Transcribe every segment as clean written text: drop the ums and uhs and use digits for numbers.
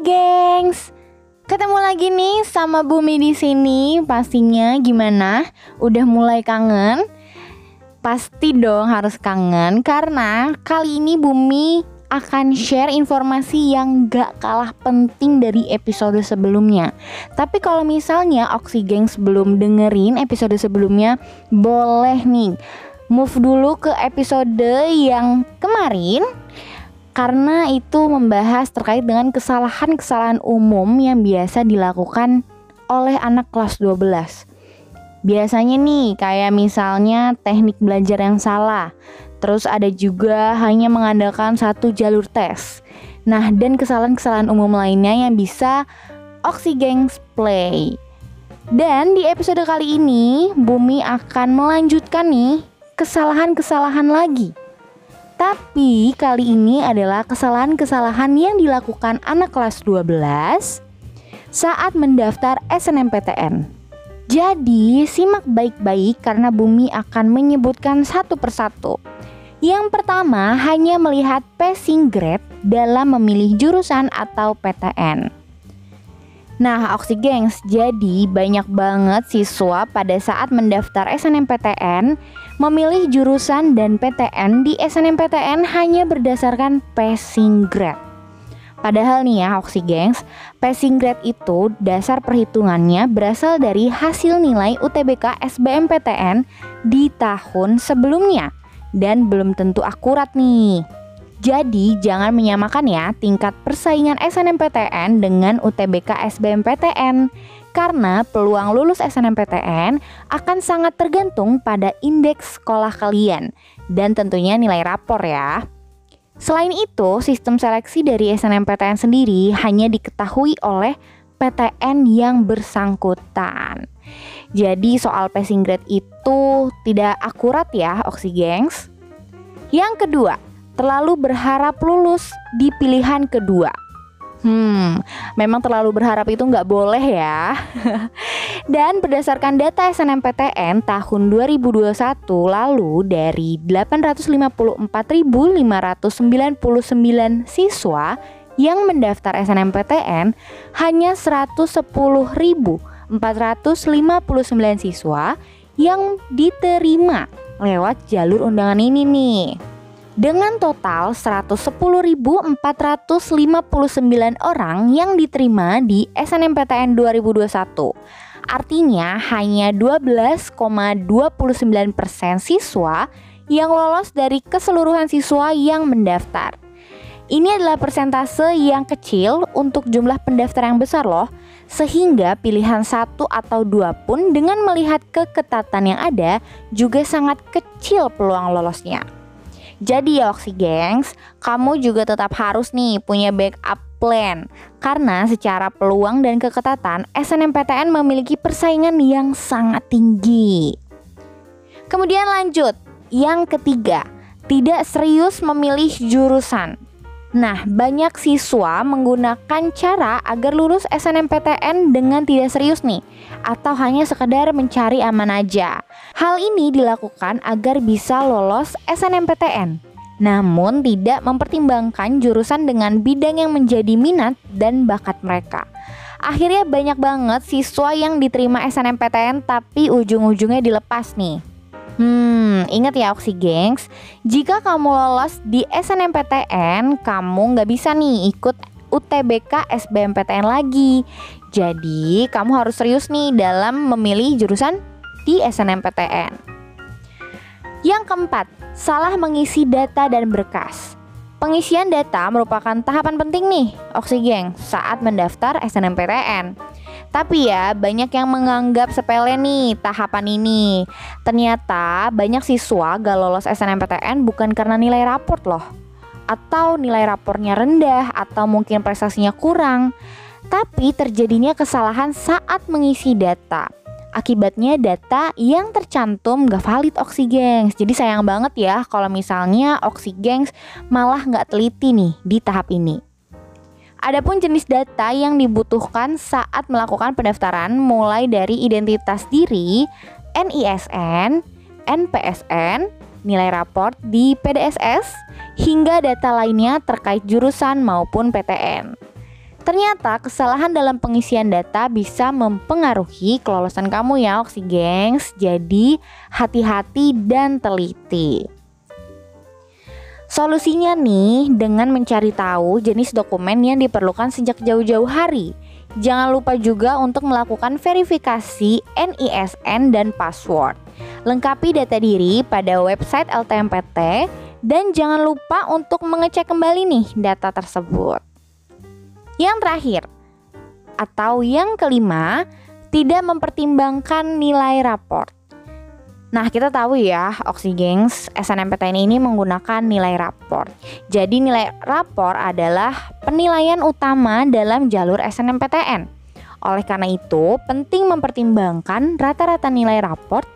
gengs, ketemu lagi nih sama Bumi di sini. Pastinya gimana? Udah mulai kangen? Pasti dong harus kangen, karena kali ini Bumi akan share informasi yang gak kalah penting dari episode sebelumnya. Tapi kalau misalnya Oksigengs belum dengerin episode sebelumnya, boleh nih move dulu ke episode yang kemarin, karena itu membahas terkait dengan kesalahan-kesalahan umum yang biasa dilakukan oleh anak kelas 12. Biasanya nih kayak misalnya teknik belajar yang salah. Terus ada juga hanya mengandalkan satu jalur tes. Nah, dan kesalahan-kesalahan umum lainnya yang bisa Oksigengs play. Dan di episode kali ini Bumi akan melanjutkan nih kesalahan-kesalahan lagi. Tapi kali ini adalah kesalahan-kesalahan yang dilakukan anak kelas 12 saat mendaftar SNMPTN. Jadi simak baik-baik karena Bumi akan menyebutkan satu persatu. Yang pertama, hanya melihat passing grade dalam memilih jurusan atau PTN. Nah, Oksigengs, jadi banyak banget siswa pada saat mendaftar SNMPTN memilih jurusan dan PTN di SNMPTN hanya berdasarkan passing grade. Padahal nih ya Oksigengs, passing grade itu dasar perhitungannya berasal dari hasil nilai UTBK SBMPTN di tahun sebelumnya dan belum tentu akurat nih. Jadi jangan menyamakan ya tingkat persaingan SNMPTN dengan UTBK SBMPTN, karena peluang lulus SNMPTN akan sangat tergantung pada indeks sekolah kalian dan tentunya nilai rapor ya. Selain itu, sistem seleksi dari SNMPTN sendiri hanya diketahui oleh PTN yang bersangkutan. Jadi soal passing grade itu tidak akurat ya Oksigengs. Yang kedua, terlalu berharap lulus di pilihan kedua. Memang terlalu berharap itu nggak boleh ya. Dan berdasarkan data SNMPTN tahun 2021 lalu, dari 854.599 siswa yang mendaftar SNMPTN, hanya 110.459 siswa yang diterima lewat jalur undangan ini nih. Dengan total 110.459 orang yang diterima di SNMPTN 2021. Artinya hanya 12,29% siswa yang lolos dari keseluruhan siswa yang mendaftar. Ini adalah persentase yang kecil untuk jumlah pendaftar yang besar loh. Sehingga pilihan 1 atau 2 pun dengan melihat keketatan yang ada juga sangat kecil peluang lolosnya. Jadi ya Oksigengs, kamu juga tetap harus nih punya backup plan, karena secara peluang dan keketatan SNMPTN memiliki persaingan yang sangat tinggi. Kemudian lanjut, yang ketiga, tidak serius memilih jurusan. Nah, banyak siswa menggunakan cara agar lulus SNMPTN dengan tidak serius nih, atau hanya sekedar mencari aman aja. Hal ini dilakukan agar bisa lolos SNMPTN, namun tidak mempertimbangkan jurusan dengan bidang yang menjadi minat dan bakat mereka. Akhirnya banyak banget siswa yang diterima SNMPTN tapi ujung-ujungnya dilepas nih. Ingat ya Oksigengs, jika kamu lolos di SNMPTN, kamu nggak bisa nih ikut UTBK SBMPTN lagi. Jadi kamu harus serius nih dalam memilih jurusan di SNMPTN. Yang keempat, salah mengisi data dan berkas. Pengisian data merupakan tahapan penting nih Oksigengs saat mendaftar SNMPTN. Tapi ya banyak yang menganggap sepele nih tahapan ini. Ternyata banyak siswa gak lolos SNMPTN bukan karena nilai raport loh, atau nilai rapornya rendah, atau mungkin prestasinya kurang, tapi terjadinya kesalahan saat mengisi data. Akibatnya data yang tercantum gak valid Oksigengs. Jadi sayang banget ya kalau misalnya Oksigengs malah gak teliti nih di tahap ini. Adapun jenis data yang dibutuhkan saat melakukan pendaftaran mulai dari identitas diri, NISN, NPSN, nilai raport di PDSS, hingga data lainnya terkait jurusan maupun PTN. Ternyata kesalahan dalam pengisian data bisa mempengaruhi kelolosan kamu ya Oksigengs. Jadi hati-hati dan teliti. Solusinya nih dengan mencari tahu jenis dokumen yang diperlukan sejak jauh-jauh hari. Jangan lupa juga untuk melakukan verifikasi NISN dan password. Lengkapi data diri pada website LTMPT dan jangan lupa untuk mengecek kembali nih data tersebut. Yang terakhir atau yang kelima, tidak mempertimbangkan nilai raport. Nah, kita tahu ya, Oksigengs, SNMPTN ini menggunakan nilai raport. Jadi nilai raport adalah penilaian utama dalam jalur SNMPTN. Oleh karena itu, penting mempertimbangkan rata-rata nilai raport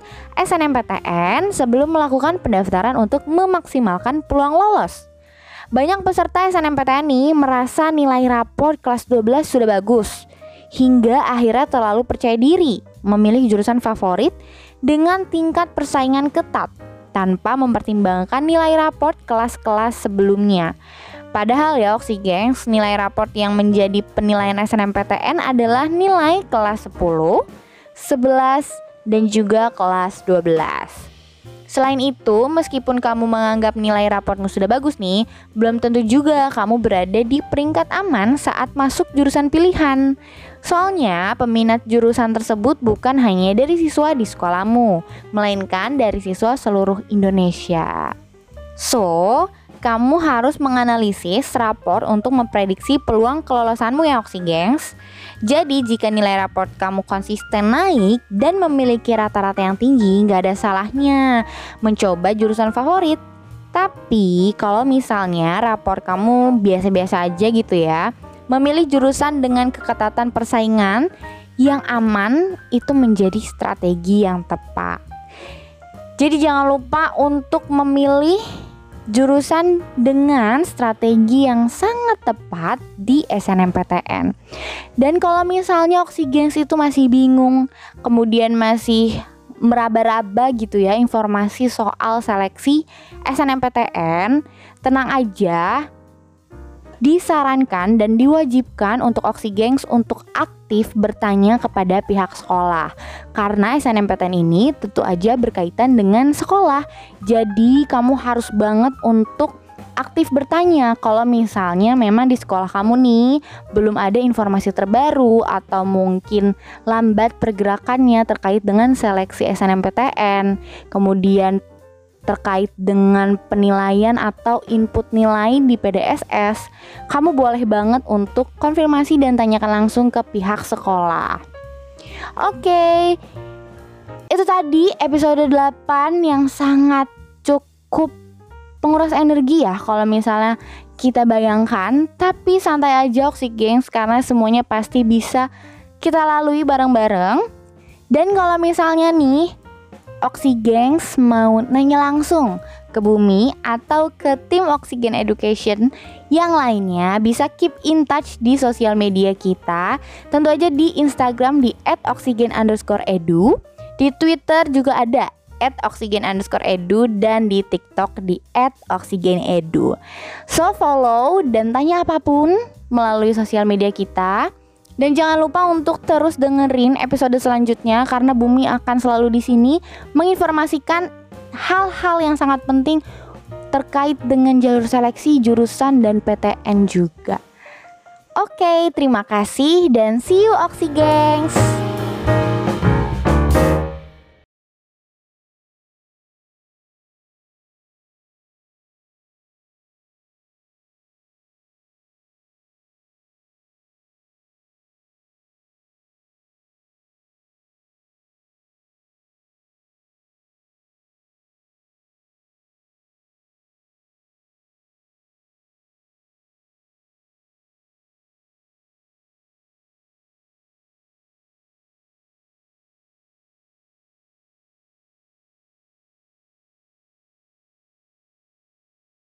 SNMPTN sebelum melakukan pendaftaran untuk memaksimalkan peluang lolos. Banyak peserta SNMPTN nih merasa nilai raport kelas 12 sudah bagus, hingga akhirnya terlalu percaya diri memilih jurusan favorit dengan tingkat persaingan ketat tanpa mempertimbangkan nilai raport kelas-kelas sebelumnya. Padahal ya Oksigengs, nilai raport yang menjadi penilaian SNMPTN adalah nilai kelas 10, 11, dan juga kelas 12. Selain itu, meskipun kamu menganggap nilai raportmu sudah bagus nih, belum tentu juga kamu berada di peringkat aman saat masuk jurusan pilihan. Soalnya, peminat jurusan tersebut bukan hanya dari siswa di sekolahmu, melainkan dari siswa seluruh Indonesia. So, kamu harus menganalisis rapor untuk memprediksi peluang kelolosanmu ya Oksigengs. Jadi jika nilai raport kamu konsisten naik dan memiliki rata-rata yang tinggi, gak ada salahnya mencoba jurusan favorit. Tapi kalau misalnya rapor kamu biasa-biasa aja gitu ya, memilih jurusan dengan keketatan persaingan yang aman itu menjadi strategi yang tepat. Jadi jangan lupa untuk memilih jurusan dengan strategi yang sangat tepat di SNMPTN. Dan kalau misalnya Oksigengs itu masih bingung, kemudian masih meraba-raba gitu ya informasi soal seleksi SNMPTN, tenang aja. Disarankan dan diwajibkan untuk Oksigengs untuk aktif bertanya kepada pihak sekolah. Karena SNMPTN ini tentu aja berkaitan dengan sekolah. Jadi kamu harus banget untuk aktif bertanya kalau misalnya memang di sekolah kamu nih belum ada informasi terbaru atau mungkin lambat pergerakannya terkait dengan seleksi SNMPTN. Kemudian terkait dengan penilaian atau input nilai di PDSS, kamu boleh banget untuk konfirmasi dan tanyakan langsung ke pihak sekolah. Oke, itu tadi episode 8 yang sangat cukup penguras energi ya kalau misalnya kita bayangkan. Tapi santai aja Oksigengs, karena semuanya pasti bisa kita lalui bareng-bareng. Dan kalau misalnya nih Oksigengs mau nanya langsung ke Bumi atau ke tim Oksigen Education yang lainnya, bisa keep in touch di sosial media kita. Tentu aja di Instagram di @oksigen_edu, di Twitter juga ada @oksigen_edu, dan di TikTok di @oksigenedu. So follow dan tanya apapun melalui sosial media kita. Dan jangan lupa untuk terus dengerin episode selanjutnya, karena Bumi akan selalu di sini menginformasikan hal-hal yang sangat penting terkait dengan jalur seleksi, jurusan, dan PTN juga. Oke, terima kasih dan see you Oksigengs.